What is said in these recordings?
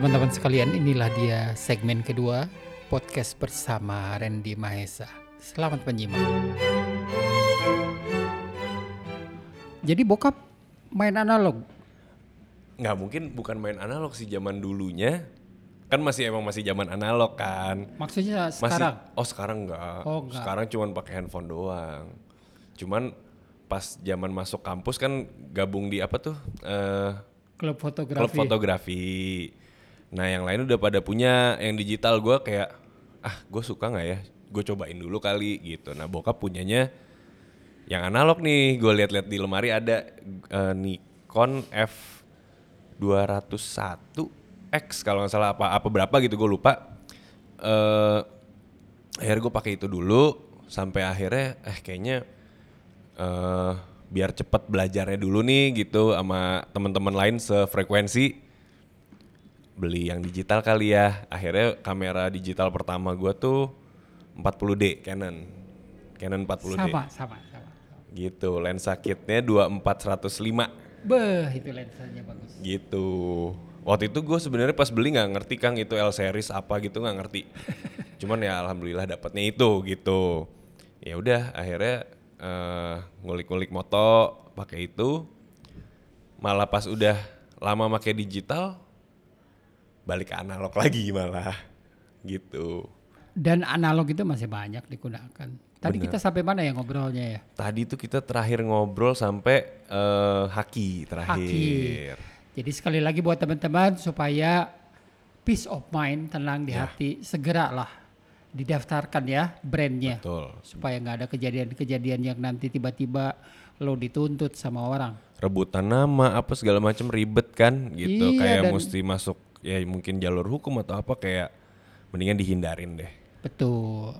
teman-teman sekalian, inilah dia segmen kedua podcast bersama Randy Mahesa. Selamat menyimak. Jadi bokap main analog? Nggak mungkin, bukan main analog sih zaman dulunya. Kan masih zaman analog kan. Maksudnya sekarang? Sekarang enggak. Oh, enggak. Sekarang cuman pakai handphone doang. Cuman pas zaman masuk kampus kan gabung di apa tuh? Klub fotografi. Klub fotografi. Nah yang lain udah pada punya yang digital, gue kayak gue suka nggak ya? Gue cobain dulu kali gitu. Nah bokap punyanya yang analog nih. Gue lihat-lihat di lemari ada Nikon F201X kalau nggak salah, apa berapa gitu gue lupa. Akhirnya gue pakai itu dulu sampai akhirnya kayaknya biar cepet belajarnya dulu nih gitu sama teman-teman lain sefrekuensi, beli yang digital kali ya. Akhirnya kamera digital pertama gue tuh 40D Canon 40D. Sama. Gitu, lensa kitnya 24-105. Itu lensanya bagus. Gitu. Waktu itu gue sebenarnya pas beli nggak ngerti Kang itu L series apa gitu, nggak ngerti. Cuman ya alhamdulillah dapatnya itu gitu. Ya udah akhirnya ngulik-ngulik moto pakai itu. Malah pas udah lama pakai digital balik ke analog lagi malah gitu. Dan analog itu masih banyak digunakan. Tadi Bener. kita sampai mana ya ngobrolnya ya? Tadi tuh kita terakhir ngobrol sampai haki terakhir. Jadi sekali lagi buat teman-teman supaya peace of mind, tenang di hati, segeralah didaftarkan ya brandnya. Betul. Supaya nggak ada kejadian-kejadian yang nanti tiba-tiba lo dituntut sama orang. Rebutan nama apa segala macam ribet kan gitu. Iya, Kayak mesti masuk ya mungkin jalur hukum atau apa, kayak mendingan dihindarin deh. Betul.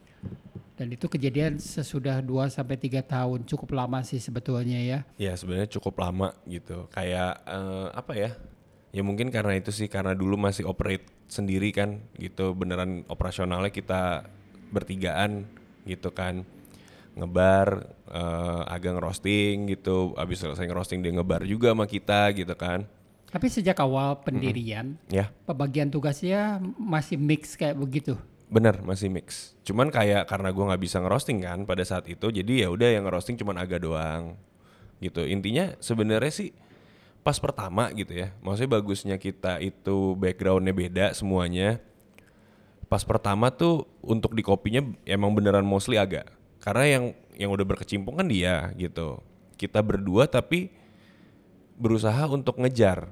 Dan itu kejadian sesudah 2-3 tahun, cukup lama sih sebetulnya ya. Ya sebenarnya cukup lama gitu. Kayak apa ya? Ya mungkin karena itu sih, karena dulu masih operate sendiri kan gitu. Beneran operasionalnya kita bertigaan gitu kan. Ngebar, agak ngerosting gitu. Abis selesai ngerosting dia ngebar juga sama kita gitu kan. Tapi sejak awal pendirian, pembagian tugasnya masih mix kayak begitu. Bener, masih mix. Cuman kayak karena gue nggak bisa ngerosting kan pada saat itu, jadi ya udah yang ngerosting cuman agak doang gitu. Intinya sebenarnya sih pas pertama gitu ya, maksudnya bagusnya kita itu backgroundnya beda semuanya. Pas pertama tuh untuk di kopinya emang beneran mostly agak, karena yang udah berkecimpung kan dia gitu. Kita berdua tapi berusaha untuk ngejar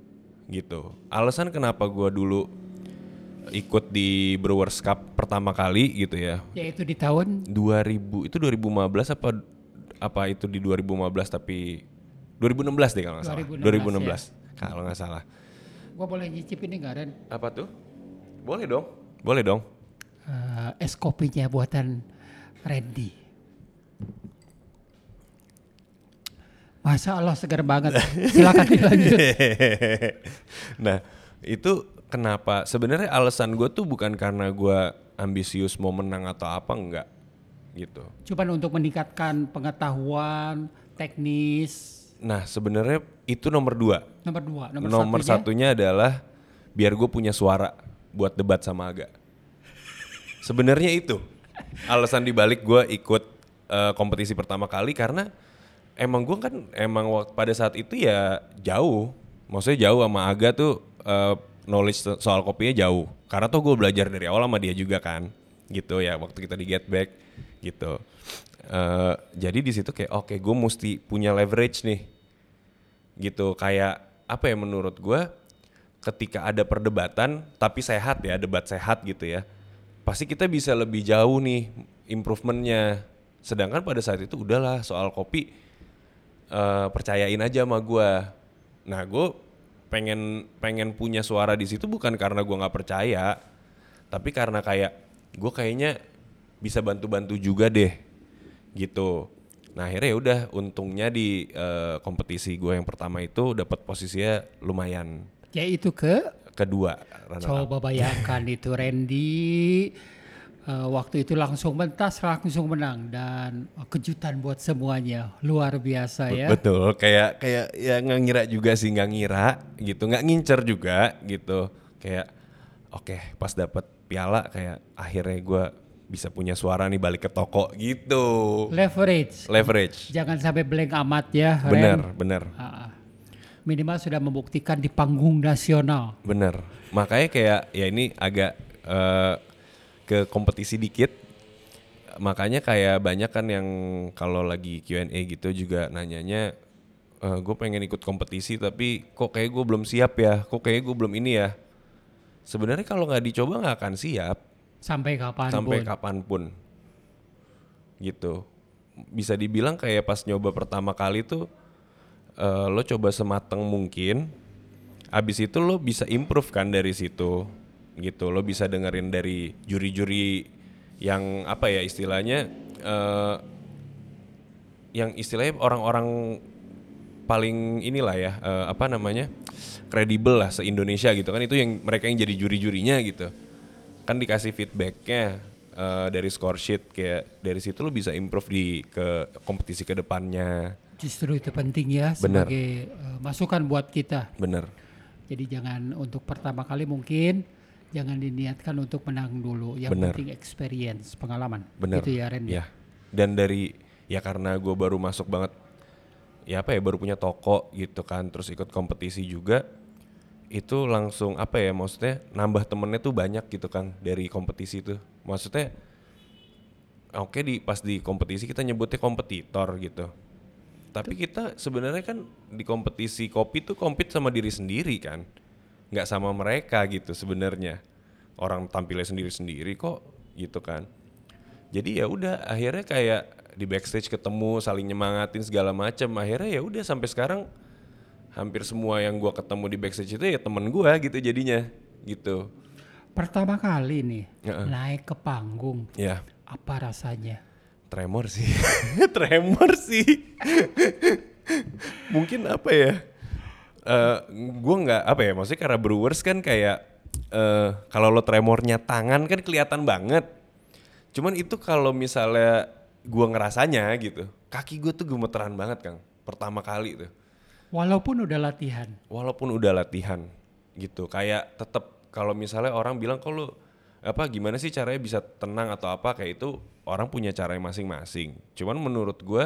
gitu. Alasan kenapa gue dulu ikut di Brewers Cup pertama kali gitu ya. Yaitu di tahun 2000, itu 2015 apa itu di 2015 tapi 2016 deh kalau nggak salah. 2016 ya. Kalau nggak salah. Gua boleh nyicip ini nggak Ren? Apa tuh? Boleh dong. Es kopinya buatan Randy. Masya Allah segar banget. Silakan dilanjut. Nah itu kenapa sebenarnya alasan gue tuh bukan karena gue ambisius mau menang atau apa, enggak gitu. Cuman untuk meningkatkan pengetahuan teknis. Nah sebenarnya itu nomor 2. Nomor satunya adalah biar gue punya suara buat debat sama Aga. Sebenarnya itu alasan dibalik gue ikut kompetisi pertama kali, karena emang gue kan pada saat itu ya jauh, maksudnya jauh sama Aga tuh. Knowledge soal kopinya jauh, karena tuh gue belajar dari awal sama dia juga kan gitu ya waktu kita di Get Back gitu. Jadi di situ kayak oke, gue mesti punya leverage nih gitu. Kayak apa ya, menurut gue ketika ada perdebatan tapi sehat ya, debat sehat gitu ya, pasti kita bisa lebih jauh nih improvementnya. Sedangkan pada saat itu udahlah soal kopi percayain aja sama gue. Nah gue pengen punya suara di situ bukan karena gue nggak percaya, tapi karena kayak gue kayaknya bisa bantu juga deh gitu. Nah akhirnya ya udah, untungnya di kompetisi gue yang pertama itu dapat posisinya lumayan. Yaitu kedua. Coba bayangkan itu Randy Waktu itu langsung mentas, langsung menang dan kejutan buat semuanya, luar biasa ya. Betul, kayak kayak ya nggak ngira juga sih, nggak ngira gitu, nggak ngincer juga gitu. Kayak oke, pas dapat piala kayak akhirnya gue bisa punya suara nih balik ke toko gitu. Leverage, Leverage. jangan sampai blank amat ya, Bener, Ren. bener, Ah, minimal sudah membuktikan di panggung nasional. bener. Makanya kayak ya ini agak ke kompetisi dikit. Makanya kayak banyak kan yang kalau lagi Q&A gitu juga nanyanya, gue pengen ikut kompetisi tapi kok kayak gue belum siap ya, kok kayak gue belum ini ya. Sebenarnya kalau nggak dicoba nggak akan siap Sampai sampai kapanpun. kapanpun gitu. Bisa dibilang kayak pas nyoba pertama kali tuh lo coba semateng mungkin, abis itu lo bisa improve kan dari situ gitu. Lo bisa dengerin dari juri-juri yang apa ya istilahnya, eh, yang istilahnya orang-orang paling inilah ya, apa namanya, kredibel lah se-Indonesia gitu kan, itu yang mereka yang jadi juri-jurinya gitu kan, dikasih feedbacknya dari score sheet, kayak dari situ lo bisa improve di ke kompetisi kedepannya. Justru itu penting ya Bener, sebagai masukan buat kita. bener, Jadi jangan untuk pertama kali mungkin jangan diniatkan untuk menang dulu. Yang bener, penting experience, pengalaman. bener, Gitu ya Ren ya. ya. Dan dari ya karena gue baru masuk banget, ya apa ya, baru punya toko gitu kan, terus ikut kompetisi juga, itu langsung apa ya, maksudnya nambah temennya tuh banyak gitu kan dari kompetisi tuh. Maksudnya oke, pas di kompetisi kita nyebutnya kompetitor gitu. Tapi kita sebenarnya kan di kompetisi kopi tuh compete sama diri sendiri kan. Nggak sama mereka gitu sebenarnya. Orang tampilnya sendiri-sendiri kok gitu kan. Jadi ya udah akhirnya kayak di backstage ketemu, saling nyemangatin segala macam. Akhirnya ya udah sampai sekarang hampir semua yang gua ketemu di backstage itu ya temen gua gitu jadinya gitu. Pertama kali nih Heeh. naik ke panggung, Ya, apa rasanya? tremor sih. Tremor sih. Mungkin apa ya? Gue nggak apa ya, maksudnya karena Brewers kan kayak kalau lo tremornya tangan kan kelihatan banget. Cuman itu kalau misalnya gue ngerasanya gitu, kaki gue tuh gemeteran banget Kang, pertama kali tuh. Walaupun udah latihan. Walaupun udah latihan gitu, kayak tetap kalau misalnya orang bilang kalau apa gimana sih caranya bisa tenang atau apa, kayak itu orang punya caranya masing-masing. Cuman menurut gue,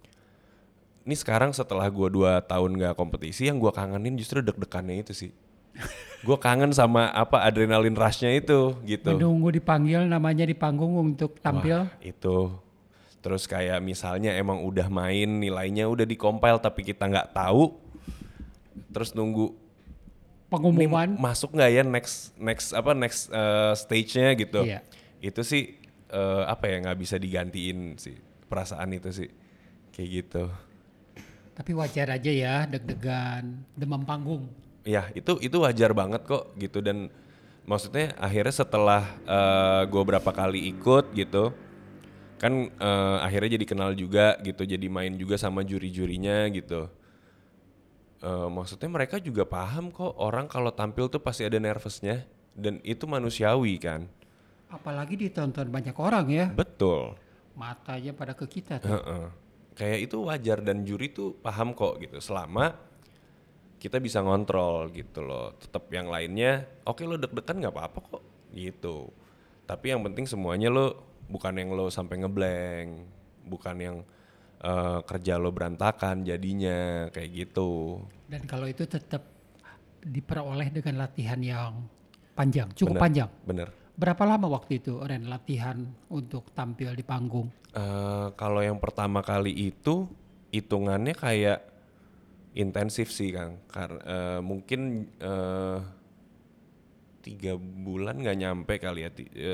ini sekarang setelah gue 2 tahun gak kompetisi, yang gue kangenin justru deg-degannya itu sih. Gue kangen sama apa adrenalin rushnya itu gitu. Menunggu dipanggil namanya di panggung untuk tampil. Wah itu. Terus kayak misalnya emang udah main, nilainya udah di-compile tapi kita nggak tahu. Terus nunggu ini Pengumuman. masuk nggak ya next stage-nya gitu. Iya. Itu sih apa ya, nggak bisa digantiin sih perasaan itu sih. Kayak gitu. Tapi wajar aja ya deg-degan, demam panggung. Ya itu wajar banget kok gitu, dan maksudnya akhirnya setelah gue berapa kali ikut gitu kan, akhirnya jadi kenal juga gitu, jadi main juga sama juri-jurinya gitu. Maksudnya mereka juga paham kok orang kalau tampil tuh pasti ada nervousnya, dan itu manusiawi kan. Apalagi ditonton banyak orang ya. Betul. Matanya pada ke kita tuh. Heeh. Kayak itu wajar, dan juri tuh paham kok gitu, selama kita bisa ngontrol gitu loh. Tetap yang lainnya, oke lo deg-degan nggak apa-apa kok gitu. Tapi yang penting semuanya lo bukan yang lo sampai ngeblank, bukan yang kerja lo berantakan jadinya kayak gitu. Dan kalau itu tetap diperoleh dengan latihan yang panjang, cukup Bener, panjang. bener. Berapa lama waktu itu Ren latihan untuk tampil di panggung? Kalau yang pertama kali itu hitungannya kayak intensif sih Kang, karena mungkin 3 bulan nggak nyampe kali ya,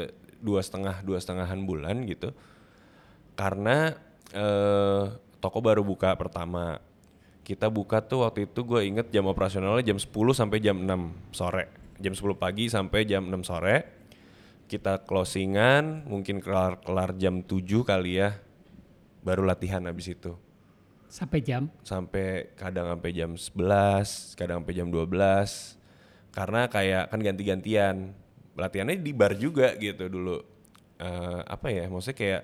2,5 bulan gitu, karena toko baru buka pertama. Kita buka tuh waktu itu gue inget jam operasionalnya jam 10 sampai jam 6 sore, jam 10 pagi sampai jam 6 sore. Kita closingan mungkin kelar jam 7 kali ya, baru latihan abis itu. Sampai jam? Sampai kadang sampai jam 11, kadang sampai jam 12. Karena kayak kan ganti-gantian. Latihannya di bar juga gitu dulu. apa ya, maksudnya kayak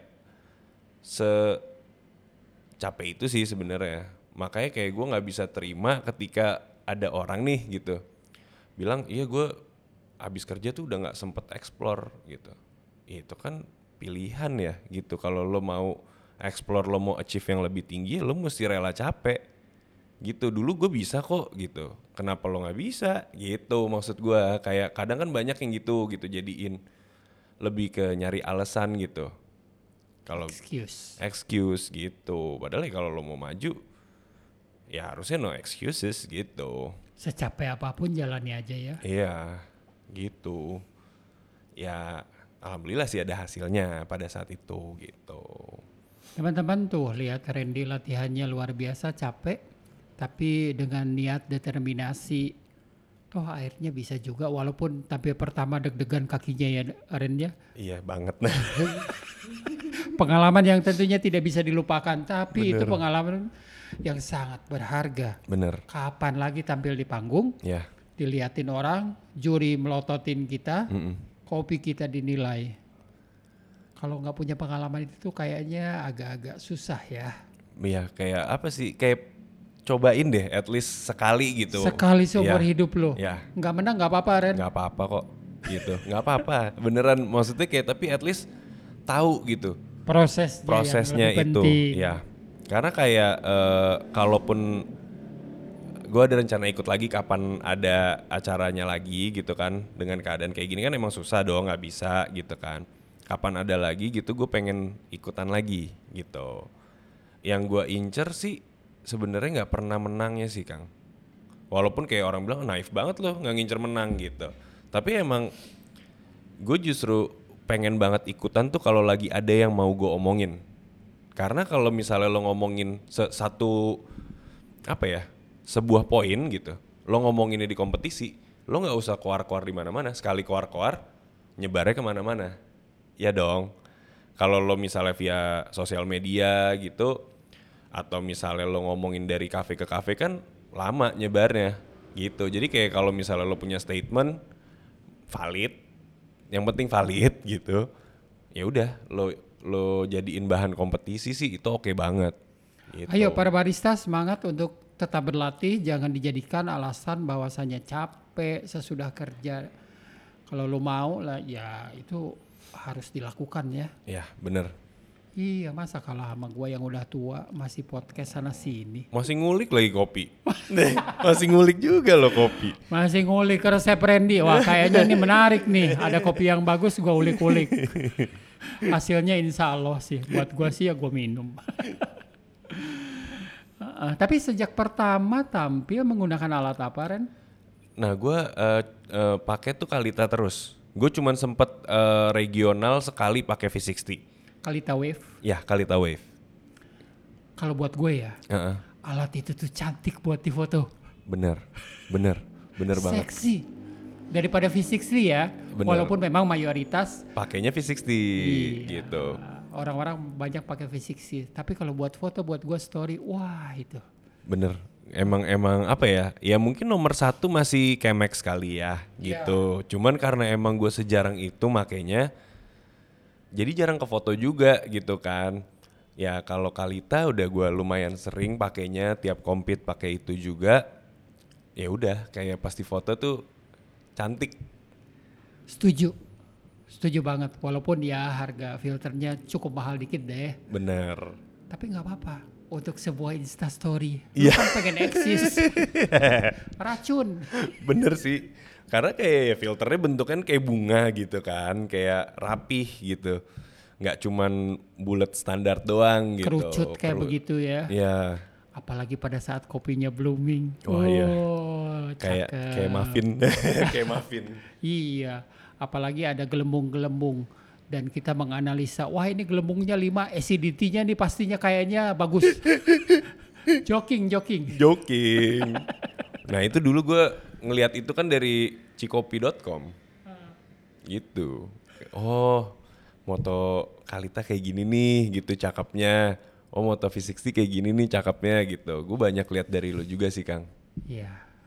capek itu sih sebenarnya. Makanya kayak gue nggak bisa terima ketika ada orang nih gitu bilang iya gue abis kerja tuh udah nggak sempet explore gitu. Itu kan pilihan ya gitu. Kalau lo mau explore, lo mau achieve yang lebih tinggi, lo mesti rela capek gitu. Dulu gue bisa kok gitu, kenapa lo nggak bisa gitu. Maksud gue kayak kadang kan banyak yang gitu jadiin lebih ke nyari alasan gitu. Kalau excuse gitu. Padahal ya kalau lo mau maju, ya harusnya no excuses gitu. Secapek apapun jalani aja ya. Iya, gitu. Ya alhamdulillah sih ada hasilnya pada saat itu gitu. Teman-teman tuh lihat Randy latihannya luar biasa, capek, tapi dengan niat determinasi, toh akhirnya bisa juga walaupun tampil pertama deg-degan kakinya ya Ren ya. Iya banget. Pengalaman yang tentunya tidak bisa dilupakan, tapi Bener. itu pengalaman yang sangat berharga. Bener. Kapan lagi tampil di panggung, Ya. diliatin orang, juri melototin kita, kopi kita dinilai. Kalau nggak punya pengalaman itu kayaknya agak-agak susah ya. Iya kayak apa sih, kayak cobain deh at least sekali gitu. Sekali seumur Ya. hidup lo. Ya. Nggak menang nggak apa-apa Ren. Nggak apa-apa kok gitu. Nggak apa-apa. Beneran maksudnya kayak tapi at least tahu gitu. yang Prosesnya lebih itu. penting. Ya. Karena kayak kalaupun gue ada rencana ikut lagi kapan ada acaranya lagi gitu kan, dengan keadaan kayak gini kan emang susah dong, nggak bisa gitu kan. Kapan ada lagi gitu gue pengen ikutan lagi gitu. Yang gue incer sih sebenarnya nggak pernah menangnya sih Kang. Walaupun kayak orang bilang naif banget loh nggak ngincer menang gitu. Tapi emang gue justru pengen banget ikutan tuh kalau lagi ada yang mau gue omongin. Karena kalau misalnya lo ngomongin satu apa ya, sebuah poin gitu, lo ngomonginnya di kompetisi, lo nggak usah keluar-keluar di mana-mana. Sekali keluar-keluar, nyebarnya kemana-mana. Ya dong. Kalau lo misalnya via sosial media gitu, atau misalnya lo ngomongin dari kafe ke kafe kan lama nyebarnya gitu. Jadi kayak kalau misalnya lo punya statement valid, yang penting valid gitu, ya udah lo jadiin bahan kompetisi sih itu oke banget. Gitu. Ayo para barista semangat untuk tetap berlatih, jangan dijadikan alasan bahwasanya capek sesudah kerja. Kalau lo mau lah ya itu harus dilakukan ya. Ya bener. Iya masa kalah sama gua yang udah tua masih podcast sana sini. Masih ngulik lagi kopi. Masih ngulik juga lo kopi. Masih ngulik resep Randy. Wah kayaknya ini menarik nih. Ada kopi yang bagus gua ulik-ulik. Hasilnya insya Allah sih. Buat gua sih ya gua minum. Tapi sejak pertama tampil menggunakan alat apa Ren? Nah gue pakai tuh Kalita terus. Gue cuman sempet regional sekali pakai V60. Kalita Wave. Ya Kalita Wave. Kalau buat gue ya, alat itu tuh cantik buat difoto. Bener banget. Seksi. Daripada V60 ya, Bener. walaupun memang mayoritas Pakainya V60 gitu. orang-orang banyak pakai V60, tapi kalau buat foto buat gue story, wah itu. Bener. Emang apa ya? Ya mungkin nomor 1 masih Chemex kali ya gitu. Cuman karena emang gue sejarang itu makanya jadi jarang ke foto juga gitu kan. Ya kalau Kalita udah gue lumayan sering pakainya, tiap compete pakai itu juga. Ya udah kayak pasti foto tuh cantik. Setuju banget. Walaupun ya harga filternya cukup mahal dikit deh. Bener. Tapi nggak apa-apa. Untuk sebuah instastory, Iya. lu kan pengen eksis. Racun. Bener sih. Karena kayak ya filternya bentuknya kayak bunga gitu kan, kayak rapih gitu. Nggak cuman bulat standar doang gitu. Kerucut kayak begitu ya. Iya. Apalagi pada saat kopinya blooming. Wah, iya. Cakep. Kayak muffin. Kayak muffin. Iya. Apalagi ada gelembung-gelembung. Dan kita menganalisa, wah ini gelembungnya 5, acidity-nya nih pastinya kayaknya bagus. Joking. Nah itu dulu gue ngelihat itu kan dari cikopi.com gitu. Oh moto Kalita kayak gini nih gitu cakepnya. Oh moto V60 kayak gini nih cakepnya gitu. Gue banyak lihat dari lo juga sih Kang. Iya.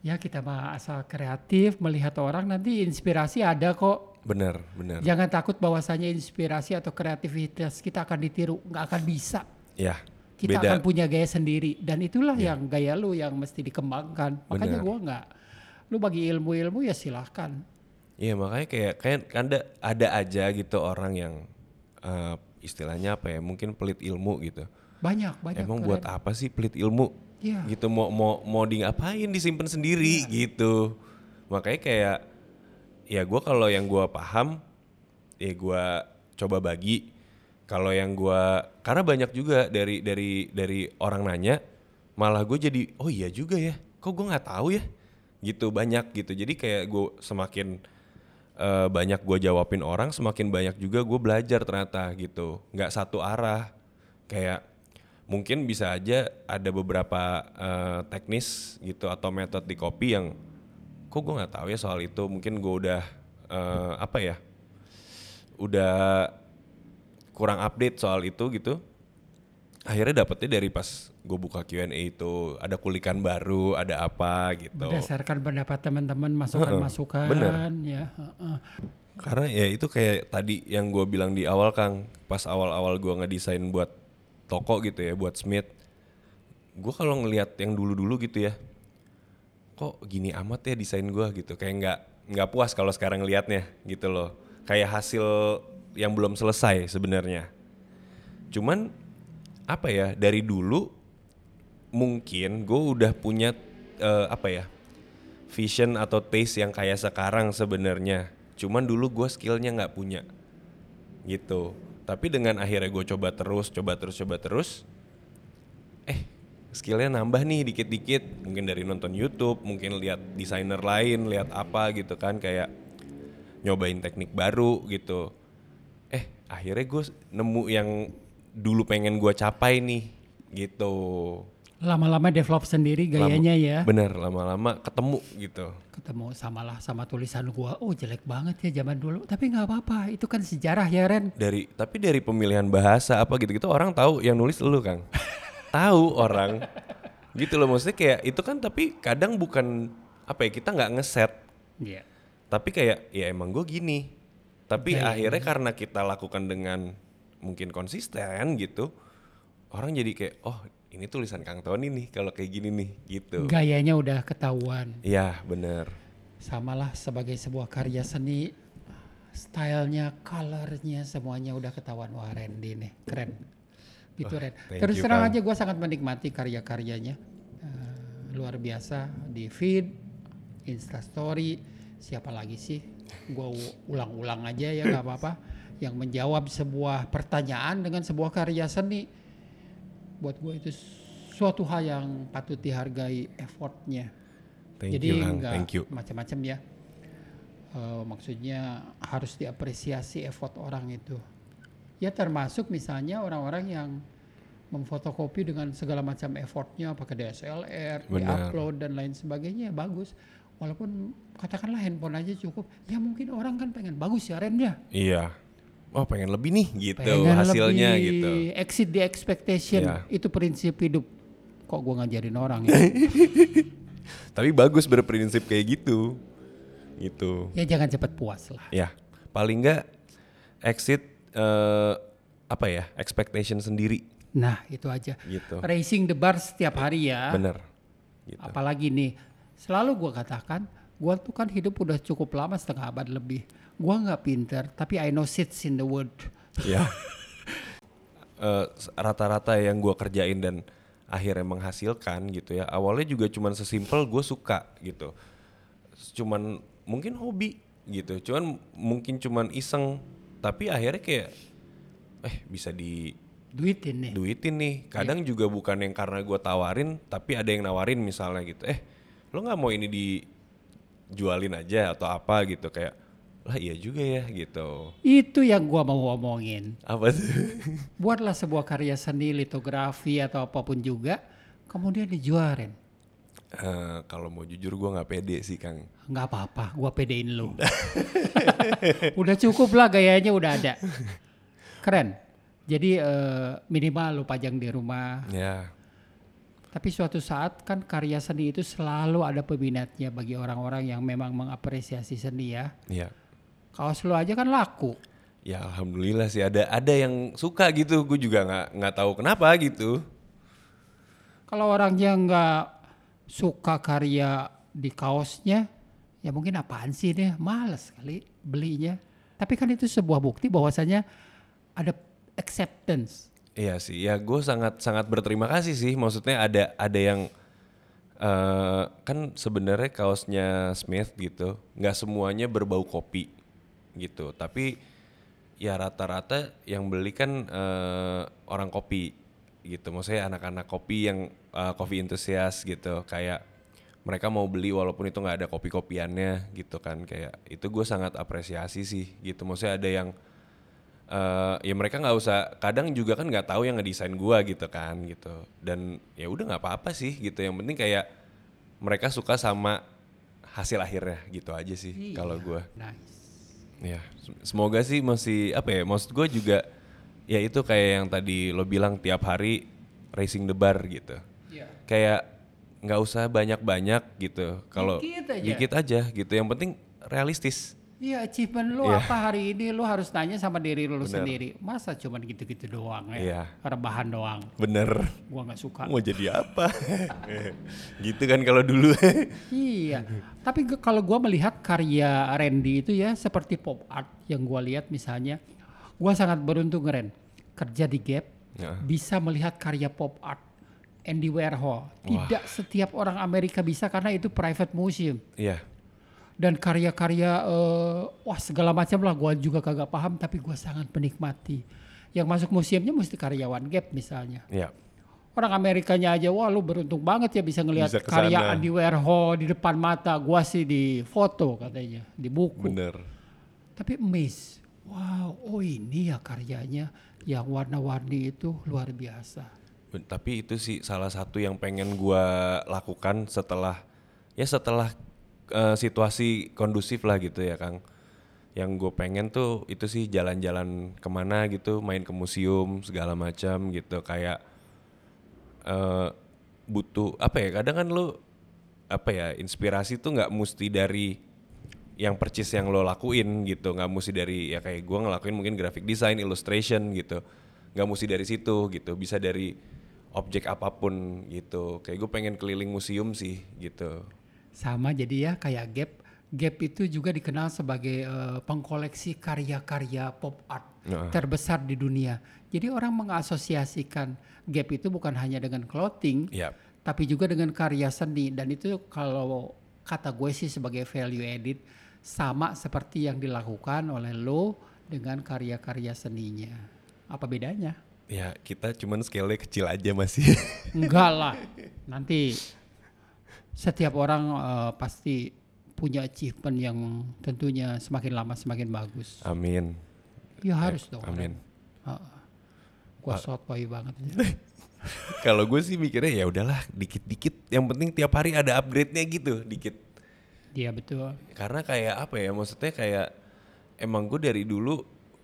Ya kita mah asal kreatif melihat orang, nanti inspirasi ada kok. Bener. Jangan takut bahwasanya inspirasi atau kreativitas kita akan ditiru, nggak akan bisa. Ya, Kita beda. akan punya gaya sendiri dan itulah yang gaya lu yang mesti dikembangkan. Makanya Bener. gua nggak, lu bagi ilmu-ilmu ya silahkan. Iya makanya kayak ada aja gitu orang yang istilahnya apa ya, mungkin pelit ilmu gitu. Banyak Emang keren. buat apa sih pelit ilmu? Iya. Gitu mau di ngapain, disimpan sendiri gitu. Makanya kayak ya gue kalau yang gue paham ya gue coba bagi. Kalau yang gue, karena banyak juga dari orang nanya, malah gue jadi oh iya juga ya, kok gue nggak tahu ya, gitu banyak gitu. Jadi kayak gue semakin banyak gue jawabin orang, semakin banyak juga gue belajar ternyata gitu. Nggak satu arah. Kayak mungkin bisa aja ada beberapa teknis gitu atau metode di kopi yang kok gue nggak tahu ya soal itu. Mungkin gue udah apa ya, udah kurang update soal itu gitu. Akhirnya dapetnya dari pas gue buka Q&A itu, ada kulikan baru, ada apa gitu. Berdasarkan pendapat teman-teman, masukan-masukan. bener. Ya. Karena ya itu kayak tadi yang gue bilang di awal Kang, pas awal-awal gue ngedesain buat toko gitu ya, buat Smith, gue kalau ngelihat yang dulu-dulu gitu ya, kok gini amat ya desain gue gitu, kayak nggak puas kalau sekarang ngelihatnya gitu loh, kayak hasil yang belum selesai sebenarnya. Cuman apa ya, dari dulu mungkin gue udah punya apa ya, vision atau taste yang kayak sekarang sebenarnya. Cuman dulu gue skillnya nggak punya gitu. Tapi dengan akhirnya gue coba terus, skillnya nambah nih dikit-dikit. Mungkin dari nonton YouTube, mungkin lihat desainer lain, lihat apa gitu kan, kayak nyobain teknik baru gitu. Akhirnya gue nemu yang dulu pengen gue capai nih gitu. Lama-lama develop sendiri gayanya ya. Bener, lama-lama ketemu gitu. Ketemu sama tulisan gua, oh jelek banget ya zaman dulu. Tapi nggak apa-apa, itu kan sejarah ya Ren. Tapi dari pemilihan bahasa apa gitu-gitu orang tahu yang nulis lu Kang. Tahu orang. Gitu loh, maksudnya kayak itu kan, tapi kadang bukan apa ya, kita nggak ngeset. Iya. Tapi kayak ya emang gue gini. Tapi Gayanya. akhirnya karena kita lakukan dengan mungkin konsisten gitu, orang jadi kayak oh ini tulisan Kang Tony nih kalau kayak gini nih gitu. Gayanya udah ketahuan. Iya bener. Samalah sebagai sebuah karya seni, stylenya, colornya semuanya udah ketahuan. Wah Randy nih keren. Gitu Ren. thank Terus you, terang Kang. aja gue sangat menikmati karya-karyanya. Luar biasa di feed, Instastory, siapa lagi sih? Gue ulang-ulang aja ya nggak apa-apa. Yang menjawab sebuah pertanyaan dengan sebuah karya seni. Buat gue itu suatu hal yang patut dihargai effortnya. Thank Jadi you Kang, nggak thank you. macam-macam ya. Maksudnya harus diapresiasi effort orang itu. Ya termasuk misalnya orang-orang yang memfotokopi dengan segala macam effortnya, pakai DSLR, di-upload dan lain sebagainya, bagus. Walaupun katakanlah handphone aja cukup, ya mungkin orang kan pengen bagus ya Ren ya. Iya. Oh pengen lebih nih gitu Pengen hasilnya lebih, gitu. exceed the expectation, Iya. itu prinsip hidup. Kok gue ngajarin orang ya? Tapi bagus berprinsip kayak gitu. Gitu. Ya jangan cepat puas lah. Ya, paling enggak exit apa ya, expectation sendiri Nah itu aja. gitu. Raising the bar setiap hari ya. Bener. Gitu. Apalagi nih, selalu gue katakan, gue tuh kan hidup udah cukup lama, setengah abad lebih. Gue nggak pinter, tapi I know seeds in the word. Ya. Rata-rata yang gue kerjain dan akhirnya menghasilkan gitu ya. Awalnya juga cuman sesimpel gue suka gitu. Cuman mungkin hobi gitu. Cuman mungkin cuman iseng. Tapi akhirnya kayak bisa Duitin nih. duitin nih. Kadang juga bukan yang karena gue tawarin, tapi ada yang nawarin misalnya gitu. Lo nggak mau ini dijualin aja atau apa gitu, kayak lah iya juga ya gitu. Itu yang gue mau ngomongin. Apa tuh? Buatlah sebuah karya seni, litografi atau apapun juga, kemudian dijualin. Kalau mau jujur gue nggak pede sih Kang. Nggak apa-apa, gue pedein lu. Udah cukup lah, gayanya udah ada. Keren. Jadi minimal lu pajang di rumah. Ya. Tapi suatu saat kan karya seni itu selalu ada peminatnya bagi orang-orang yang memang mengapresiasi seni ya. Iya. Kaos lo aja kan laku. Ya alhamdulillah sih ada yang suka gitu. Gue juga nggak tahu kenapa gitu. Kalau orangnya nggak suka karya di kaosnya, ya mungkin apaan sih deh, males kali belinya. Tapi kan itu sebuah bukti bahwasanya ada acceptance. Iya sih, ya gue sangat berterima kasih sih. Maksudnya ada yang kan sebenarnya kaosnya Smith gitu, nggak semuanya berbau kopi gitu. Tapi ya rata-rata yang beli kan orang kopi gitu. Maksudnya anak-anak kopi yang coffee enthusiast gitu. Kayak mereka mau beli walaupun itu nggak ada kopi-kopiannya gitu kan. Kayak itu gue sangat apresiasi sih gitu. Maksudnya ada yang ya mereka nggak usah, kadang juga kan nggak tahu yang ngedesain gua gitu kan gitu, dan ya udah nggak apa-apa sih gitu, yang penting kayak mereka suka sama hasil akhirnya gitu aja sih kalau gua. Nice. Ya semoga sih masih apa ya, maksud gua juga ya itu kayak yang tadi lo bilang tiap hari racing the bar gitu, kayak nggak usah banyak-banyak gitu, kalau dikit aja gitu, yang penting realistis. Iya, achievement lu apa hari ini, lu harus tanya sama diri lu sendiri. Masa cuman gitu-gitu doang ya? Iya. Rebahan doang. Bener. Gua nggak suka. Mau jadi apa? Gitu kan kalau dulu. Iya. Tapi kalau gua melihat karya Randy itu ya seperti pop art yang gua lihat misalnya, gua sangat beruntung Ren. Kerja di Gap, bisa melihat karya pop art Andy Warhol. Tidak setiap orang Amerika bisa karena itu private museum. Iya. Dan karya-karya wah segala macam lah, gue juga kagak paham tapi gue sangat menikmati. Yang masuk museumnya mesti karyawan Gap misalnya. Iya. Orang Amerikanya aja, wah lu beruntung banget ya bisa ngelihat Bisa karya kesana. Andy Warhol di depan mata. Gua sih di foto katanya, di buku. Bener. Tapi amazed, wow, oh ini ya karyanya yang warna-warni itu luar biasa. Tapi itu sih salah satu yang pengen gua lakukan setelah situasi kondusif lah gitu ya Kang. Yang gue pengen tuh itu sih jalan-jalan kemana gitu, main ke museum segala macam gitu, kayak butuh apa ya, kadang kan lo apa ya, inspirasi tuh nggak mesti dari yang percis yang lo lakuin gitu, nggak mesti dari ya kayak gue ngelakuin mungkin graphic design, illustration gitu, nggak mesti dari situ gitu, bisa dari objek apapun gitu. Kayak gue pengen keliling museum sih gitu. Sama jadi ya kayak Gap. Gap itu juga dikenal sebagai pengkoleksi karya-karya pop art terbesar di dunia. Jadi orang mengasosiasikan Gap itu bukan hanya dengan clothing, tapi juga dengan karya seni. Dan itu kalau kata gue sih sebagai value added, sama seperti yang dilakukan oleh lo dengan karya-karya seninya. Apa bedanya? Ya kita cuman scale-nya kecil aja masih. Enggak lah, nanti setiap orang pasti punya achievement yang tentunya semakin lama semakin bagus. Amin. Ya harus dong. Amin. Gua sotoy banget. Kalau gue sih mikirnya ya udahlah dikit-dikit, yang penting tiap hari ada upgrade-nya gitu, dikit. Iya betul. Karena kayak apa ya, maksudnya kayak emang gue dari dulu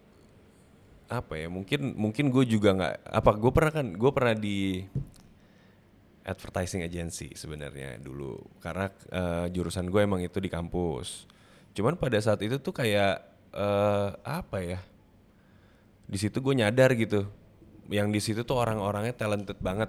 apa ya, mungkin gue juga nggak apa, gue pernah di advertising agency sebenarnya dulu, karena jurusan gue emang itu di kampus. Cuman pada saat itu tuh kayak apa ya, di situ gue nyadar gitu, yang di situ tuh orang-orangnya talented banget.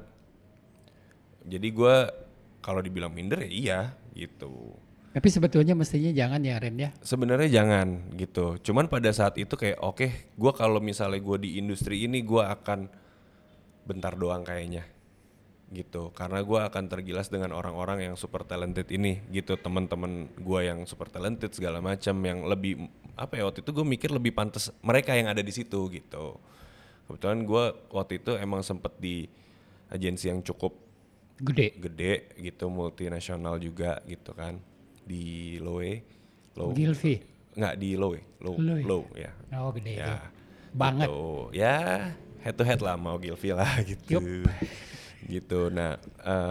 Jadi gue kalau dibilang minder ya iya gitu. Tapi sebetulnya mestinya jangan ya Ren ya. Sebenarnya jangan gitu. Cuman pada saat itu kayak oke, gue kalau misalnya gue di industri ini gue akan bentar doang kayaknya gitu, karena gue akan tergilas dengan orang-orang yang super talented ini gitu, teman-teman gue yang super talented segala macam, yang lebih apa ya, waktu itu gue mikir lebih pantas mereka yang ada di situ gitu. Kebetulan gue waktu itu emang sempet di agensi yang cukup gede gitu, multinasional juga gitu kan, di Loe. Gilvy. Nggak, di Loe ya. Oh gede ya, banget gitu. Ya head to head lah mau Gilvy lah gitu. Gitu. Nah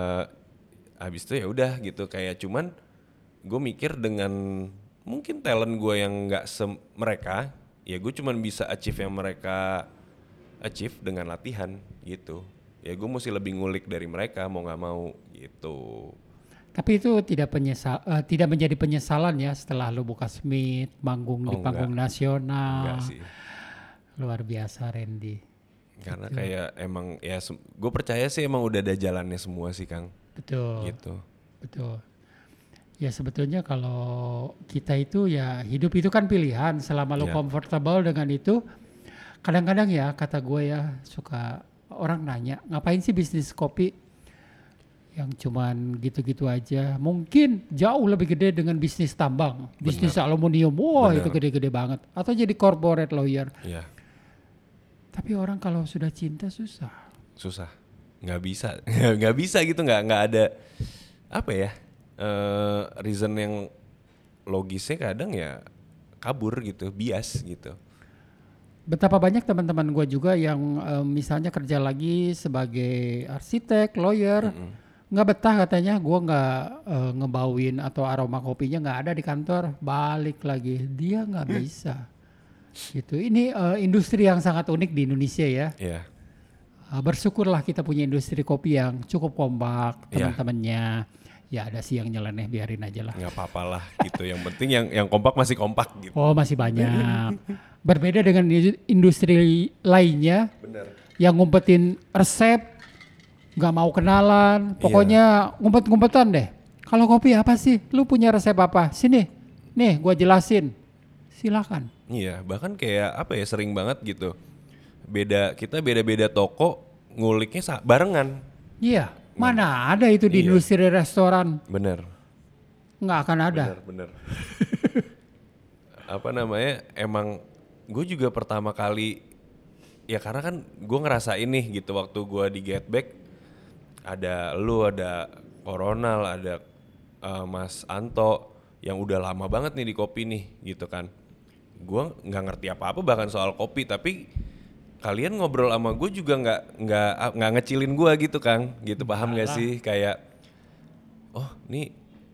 habis itu ya udah gitu, kayak cuman gue mikir dengan mungkin talent gue yang nggak mereka, ya gue cuman bisa achieve yang mereka achieve dengan latihan gitu. ya gue mesti lebih ngulik dari mereka mau nggak mau gitu. Tapi itu tidak menjadi penyesalan ya setelah lu buka Smith, manggung di Oh panggung enggak nasional. sih. Luar biasa Randy. Karena Gitu. kayak emang ya gue percaya sih emang udah ada jalannya semua sih Kang. Betul, Gitu. betul. Ya sebetulnya kalau kita itu ya hidup itu kan pilihan. Selama lu Ya. comfortable dengan itu, kadang-kadang ya kata gue ya suka orang nanya, ngapain sih bisnis kopi yang cuman gitu-gitu aja? Mungkin jauh lebih gede dengan bisnis tambang, bisnis aluminium. Wah itu Bener. gede-gede banget. Atau jadi corporate lawyer. Iya. Tapi orang kalau sudah cinta susah. Susah. Nggak bisa. Nggak bisa gitu. Nggak ada apa ya reason yang logisnya kadang ya kabur gitu, bias gitu. Betapa banyak teman-teman gue juga yang misalnya kerja lagi sebagai arsitek, lawyer, nggak betah katanya, gue nggak ngebauin atau aroma kopinya nggak ada di kantor, balik lagi dia nggak bisa. Gitu. Ini industri yang sangat unik di Indonesia ya. Iya. Bersyukurlah kita punya industri kopi yang cukup kompak, Iya. teman-temannya. Ya ada sih yang nyeleneh, biarin aja lah. Nggak apa-apa lah gitu. Yang penting yang kompak masih kompak gitu. Oh masih banyak. Berbeda dengan industri lainnya Bener. yang ngumpetin resep, nggak mau kenalan, pokoknya ngumpet-ngumpetan deh. Kalau kopi apa sih? Lu punya resep apa? Sini, nih gua jelasin. Silakan. Iya, bahkan kayak apa ya sering banget gitu. Kita beda-beda toko nguliknya barengan. Iya, mana ada itu di Iya. industri restoran? Bener. Nggak akan ada. Bener. Apa namanya? Emang gue juga pertama kali ya karena kan gue ngerasain nih gitu waktu gue di Get Back ada lu, ada Coronal, ada Mas Anto yang udah lama banget nih di kopi nih gitu kan. Gue nggak ngerti apa-apa bahkan soal kopi tapi kalian ngobrol sama gue juga nggak ngecilin gue gitu Kang gitu, paham nggak sih kayak oh nih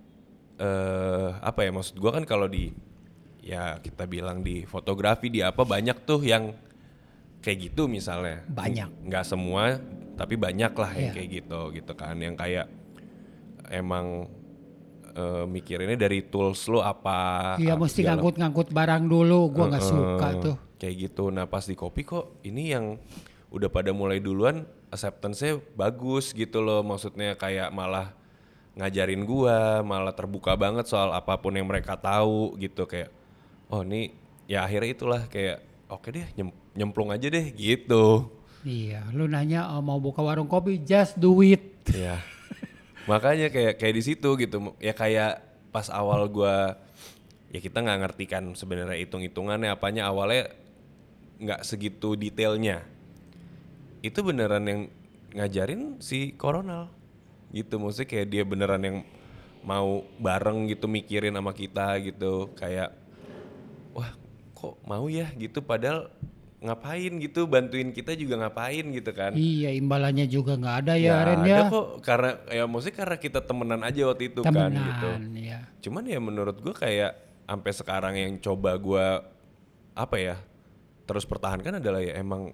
apa ya maksud gue kan kalau di ya kita bilang di fotografi di apa banyak tuh yang kayak gitu misalnya. Banyak. Nggak semua tapi banyak lah yang Iya. kayak gitu kan yang kayak emang mikirinnya dari tools lo apa. Iya mesti segala- ngangkut-ngangkut barang dulu, gua nggak suka tuh. Kayak gitu. Nah pas di kopi kok ini yang udah pada mulai duluan acceptance-nya bagus gitu loh. Maksudnya kayak malah ngajarin gua, malah terbuka banget soal apapun yang mereka tahu gitu kayak oh ini ya akhirnya itulah kayak oke deh nyemplung aja deh gitu. Iya, lu nanya mau buka warung kopi, just do it. Ya. Makanya kayak di situ gitu. Ya kayak pas awal gua ya kita nggak ngerti kan sebenarnya hitung-hitungannya apanya awalnya nggak segitu detailnya. Itu beneran yang ngajarin si Coronal gitu, maksudnya kayak dia beneran yang mau bareng gitu mikirin sama kita gitu kayak wah kok mau ya gitu padahal ngapain gitu bantuin kita juga ngapain gitu kan. Iya, imbalannya juga nggak ada ya, Nggak Ren ada ya. kok karena ya maksudnya karena kita temenan aja waktu itu kan gitu. Temenan, ya. Cuman ya menurut gue kayak sampai sekarang yang coba gue apa ya terus pertahankan adalah ya emang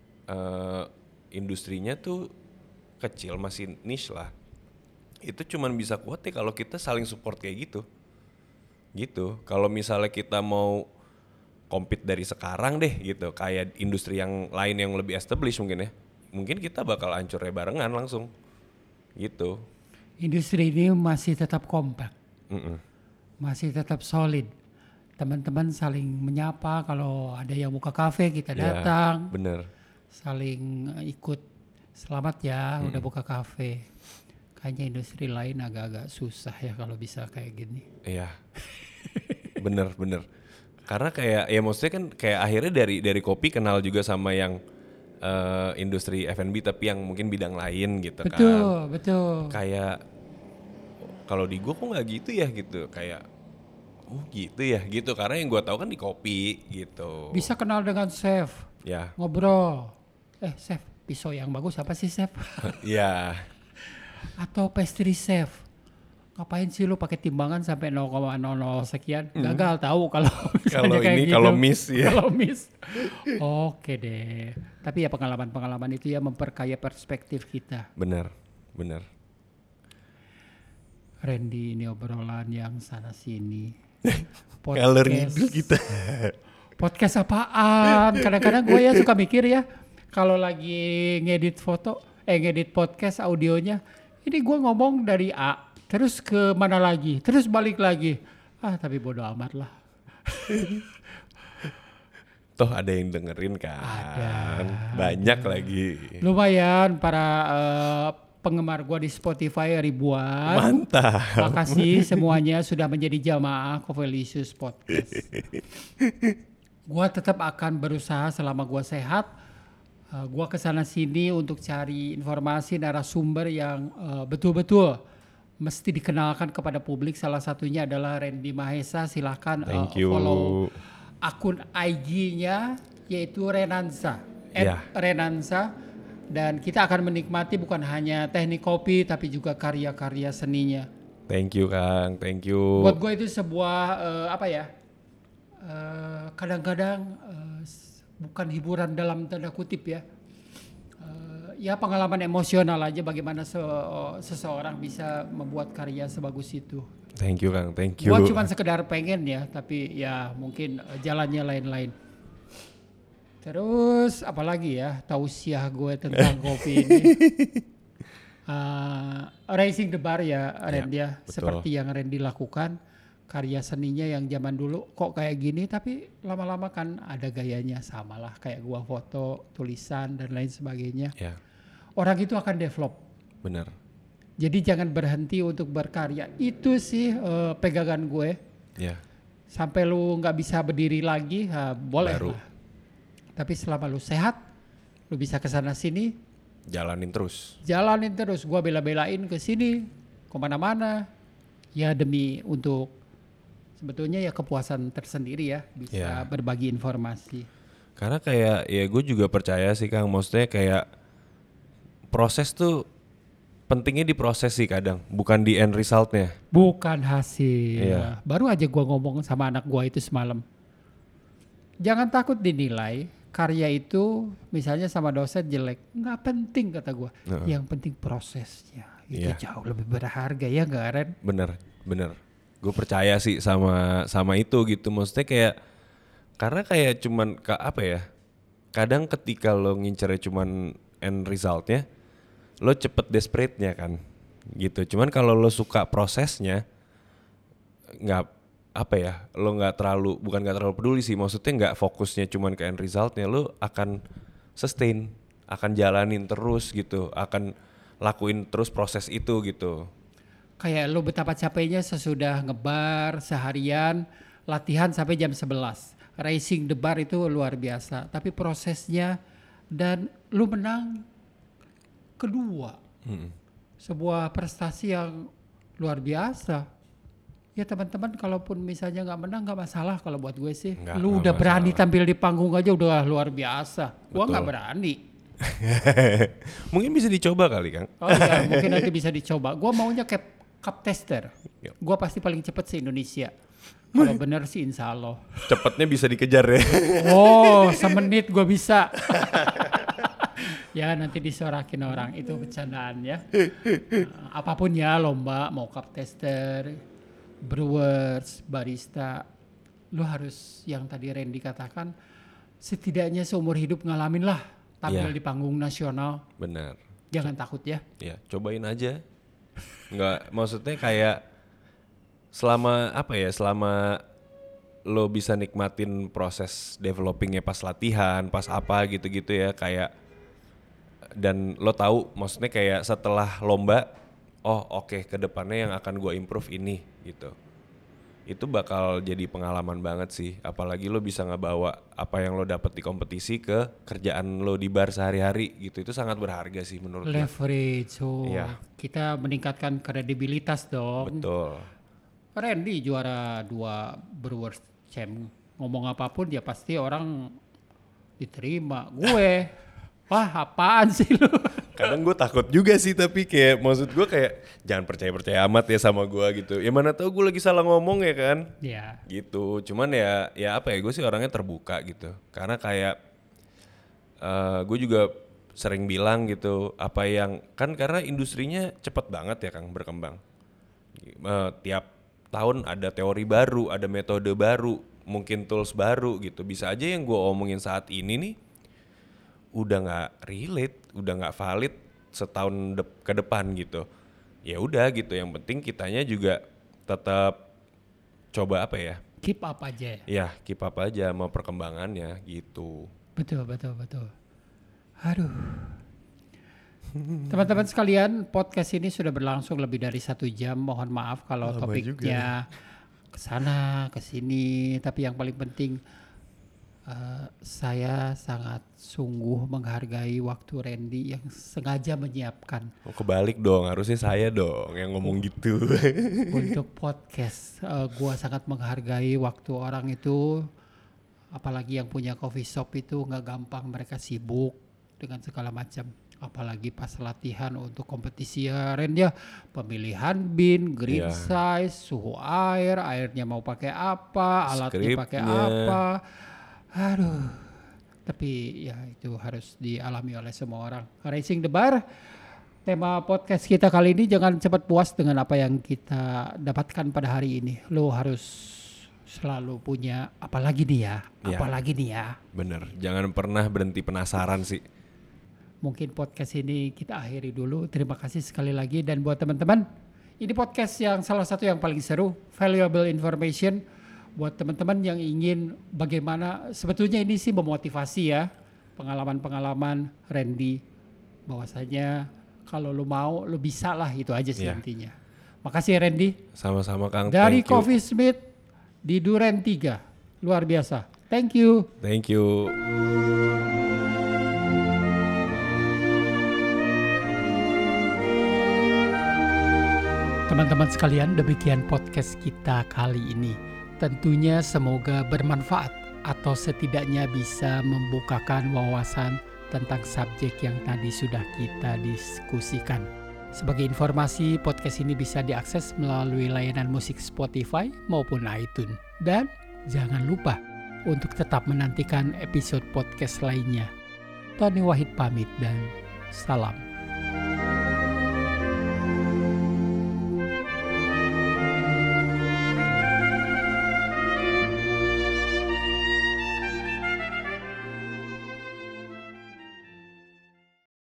industrinya tuh kecil masih niche lah. Itu cuman bisa kuat ya kalau kita saling support kayak gitu. Gitu. Kalau misalnya kita mau compete dari sekarang deh gitu, kayak industri yang lain yang lebih established mungkin ya. Mungkin kita bakal hancurnya barengan langsung. Gitu. Industri ini masih tetap kompak, Mm-mm. masih tetap solid. Teman-teman saling menyapa, kalau ada yang buka kafe kita Ya, datang, bener. saling ikut selamat ya udah buka kafe. Kayaknya industri lain agak-agak susah ya kalau bisa kayak gini. Iya. bener. Karena kayak ya maksudnya kan kayak akhirnya dari kopi kenal juga sama yang industri F&B tapi yang mungkin bidang lain gitu kan. Betul. Kayak kalau di gue kok nggak gitu ya gitu kayak oh gitu ya gitu karena yang gue tahu kan di kopi gitu. Bisa kenal dengan chef, Ya. ngobrol. Chef, pisau yang bagus apa sih chef? Ya. Atau pastry chef. ngapain sih lu pakai timbangan sampai 0,00 sekian? Gagal tahu kalau Kalau misalnya kayak ini gitu. kalau miss ya. Kalau miss. Oke deh. Tapi ya pengalaman-pengalaman itu ya memperkaya perspektif kita. Benar. Randy, ini obrolan yang sana sini. Ngalor ngidul kita. Podcast apaan? Kadang-kadang gue ya suka mikir ya, kalau lagi ngedit ngedit podcast audionya, ini gue ngomong dari A, terus ke mana lagi, terus balik lagi. Tapi bodo amat lah. Toh ada yang dengerin kan. Banyak lagi. Lumayan para penggemar gue di Spotify ribuan. Mantap. Makasih semuanya sudah menjadi jamaah Covelicious Podcast. Gue tetap akan berusaha selama gue sehat. Gue kesana sini untuk cari informasi narasumber yang betul-betul mesti dikenalkan kepada publik. Salah satunya adalah Randy Mahesa. Silahkan follow akun IG-nya yaitu Renansa. @Renansa. Dan kita akan menikmati bukan hanya teknik kopi tapi juga karya-karya seninya. Thank you Kang, thank you. Buat gue itu sebuah kadang-kadang bukan hiburan dalam tanda kutip ya. Ya pengalaman emosional aja bagaimana seseorang bisa membuat karya sebagus itu. Thank you Kang, thank you. Gue cuma sekedar pengen ya, tapi ya mungkin jalannya lain-lain. Terus apalagi ya tausiah gue tentang kopi ini. Raising the bar ya Randy ya, seperti yang Randy lakukan. Karya seninya yang zaman dulu kok kayak gini, tapi lama-lama kan ada gayanya, samalah kayak gua foto, tulisan dan lain sebagainya. Orang itu akan develop. Benar. Jadi jangan berhenti untuk berkarya. Itu sih pegangan gue. Sampai lu nggak bisa berdiri lagi, boleh lah. Tapi selama lu sehat, lu bisa kesana sini. Jalanin terus. Gua bela-belain ke sini, kemana-mana. Ya demi untuk sebetulnya ya kepuasan tersendiri ya, bisa berbagi informasi. Karena kayak ya gue juga percaya sih Kang, maksudnya kayak proses tuh pentingnya di proses sih kadang, bukan di end resultnya. Bukan hasil. Baru aja gue ngomong sama anak gue itu semalam. Jangan takut dinilai, karya itu misalnya sama dosen jelek, nggak penting kata gue. Yang penting prosesnya, itu jauh lebih berharga ya nggak Ren? Bener. Gue percaya sih sama itu gitu, maksudnya kayak karena kayak cuman apa ya, kadang ketika lo ngincernya cuman end resultnya, lo cepet desperate-nya kan gitu. Cuman kalau lo suka prosesnya, nggak apa ya, lo nggak terlalu peduli sih, maksudnya nggak fokusnya cuman ke end resultnya, lo akan sustain, akan jalanin terus gitu, akan lakuin terus proses itu gitu. Kayak lo betapa capeknya sesudah ngebar seharian, latihan sampai jam 11. Racing the bar itu luar biasa. Tapi prosesnya dan lo menang kedua. Sebuah prestasi yang luar biasa. Ya teman-teman kalaupun misalnya gak menang gak masalah kalau buat gue sih. Lu udah berani tampil di panggung aja udah luar biasa. Gue gak berani. Mungkin bisa dicoba kali Kang. Oh iya mungkin nanti bisa dicoba. Gue maunya cup tester. Gue pasti paling cepet se-Indonesia. Kalau bener sih insya Allah. Cepetnya bisa dikejar ya. Oh semenit gue bisa. Ya nanti disorakin orang, itu bercandaan ya. Apapun ya lomba, mau cup tester, brewers, barista. Lu harus yang tadi Randy katakan, setidaknya seumur hidup ngalamin lah. Tampil di panggung nasional. Benar. Jangan takut ya. Ya cobain aja. Nggak, maksudnya kayak selama lo bisa nikmatin proses developingnya pas latihan, pas apa gitu-gitu ya, kayak dan lo tahu maksudnya kayak setelah lomba, kedepannya yang akan gue improve ini gitu. Itu bakal jadi pengalaman banget sih, apalagi lo bisa ngebawa apa yang lo dapet di kompetisi ke kerjaan lo di bar sehari-hari gitu. Itu sangat berharga sih menurut gue. Leverage, kita meningkatkan kredibilitas dong. Betul. Randy juara 2 Brewers Champ, ngomong apapun ya pasti orang diterima. Gue, wah apaan sih lu? Kadang gue takut juga sih, tapi kayak maksud gue kayak jangan percaya amat ya sama gue gitu. Ya mana tahu gue lagi salah ngomong ya kan. Ya. Gitu. Cuman ya apa ya, gue sih orangnya terbuka gitu. Karena kayak gue juga sering bilang gitu, apa yang kan karena industrinya cepet banget ya Kang berkembang. Tiap tahun ada teori baru, ada metode baru, mungkin tools baru gitu. Bisa aja yang gue omongin saat ini nih udah nggak relate, udah nggak valid setahun ke depan gitu. Ya udah gitu. Yang penting kitanya juga tetap coba apa ya? Keep up aja. Ya keep up aja sama perkembangannya gitu. Betul. Aduh. Teman-teman sekalian, podcast ini sudah berlangsung lebih dari 1 jam. Mohon maaf kalau topiknya kesana kesini. Tapi yang paling penting, saya sangat sungguh menghargai waktu Randy yang sengaja menyiapkan Kebalik dong, harusnya saya dong yang ngomong gitu. untuk podcast. Gua sangat menghargai waktu orang itu, apalagi yang punya coffee shop itu nggak gampang, mereka sibuk dengan segala macam. Apalagi pas latihan untuk kompetisi ya Ren ya, pemilihan bin, green size, suhu air, airnya mau pakai apa, alatnya pakai apa. Aduh, tapi ya itu harus dialami oleh semua orang. Raising the bar, tema podcast kita kali ini, jangan cepat puas dengan apa yang kita dapatkan pada hari ini. Lo harus selalu punya apalagi nih ya. Bener, jangan pernah berhenti penasaran sih. Mungkin podcast ini kita akhiri dulu. Terima kasih sekali lagi, dan buat teman-teman, ini podcast yang salah satu yang paling seru, valuable information. Buat teman-teman yang ingin bagaimana, sebetulnya ini sih memotivasi ya, pengalaman-pengalaman Randy, bahwasanya kalau lu mau, lu bisa lah, itu aja sih intinya. Makasih Randy. Sama-sama Kang. Dari Coffee Smith di Duren 3, luar biasa. Thank you. Thank you. Teman-teman sekalian, demikian podcast kita kali ini. Tentunya semoga bermanfaat atau setidaknya bisa membukakan wawasan tentang subjek yang tadi sudah kita diskusikan. Sebagai informasi, podcast ini bisa diakses melalui layanan musik Spotify maupun iTunes. Dan jangan lupa untuk tetap menantikan episode podcast lainnya. Tony Wahid pamit dan salam.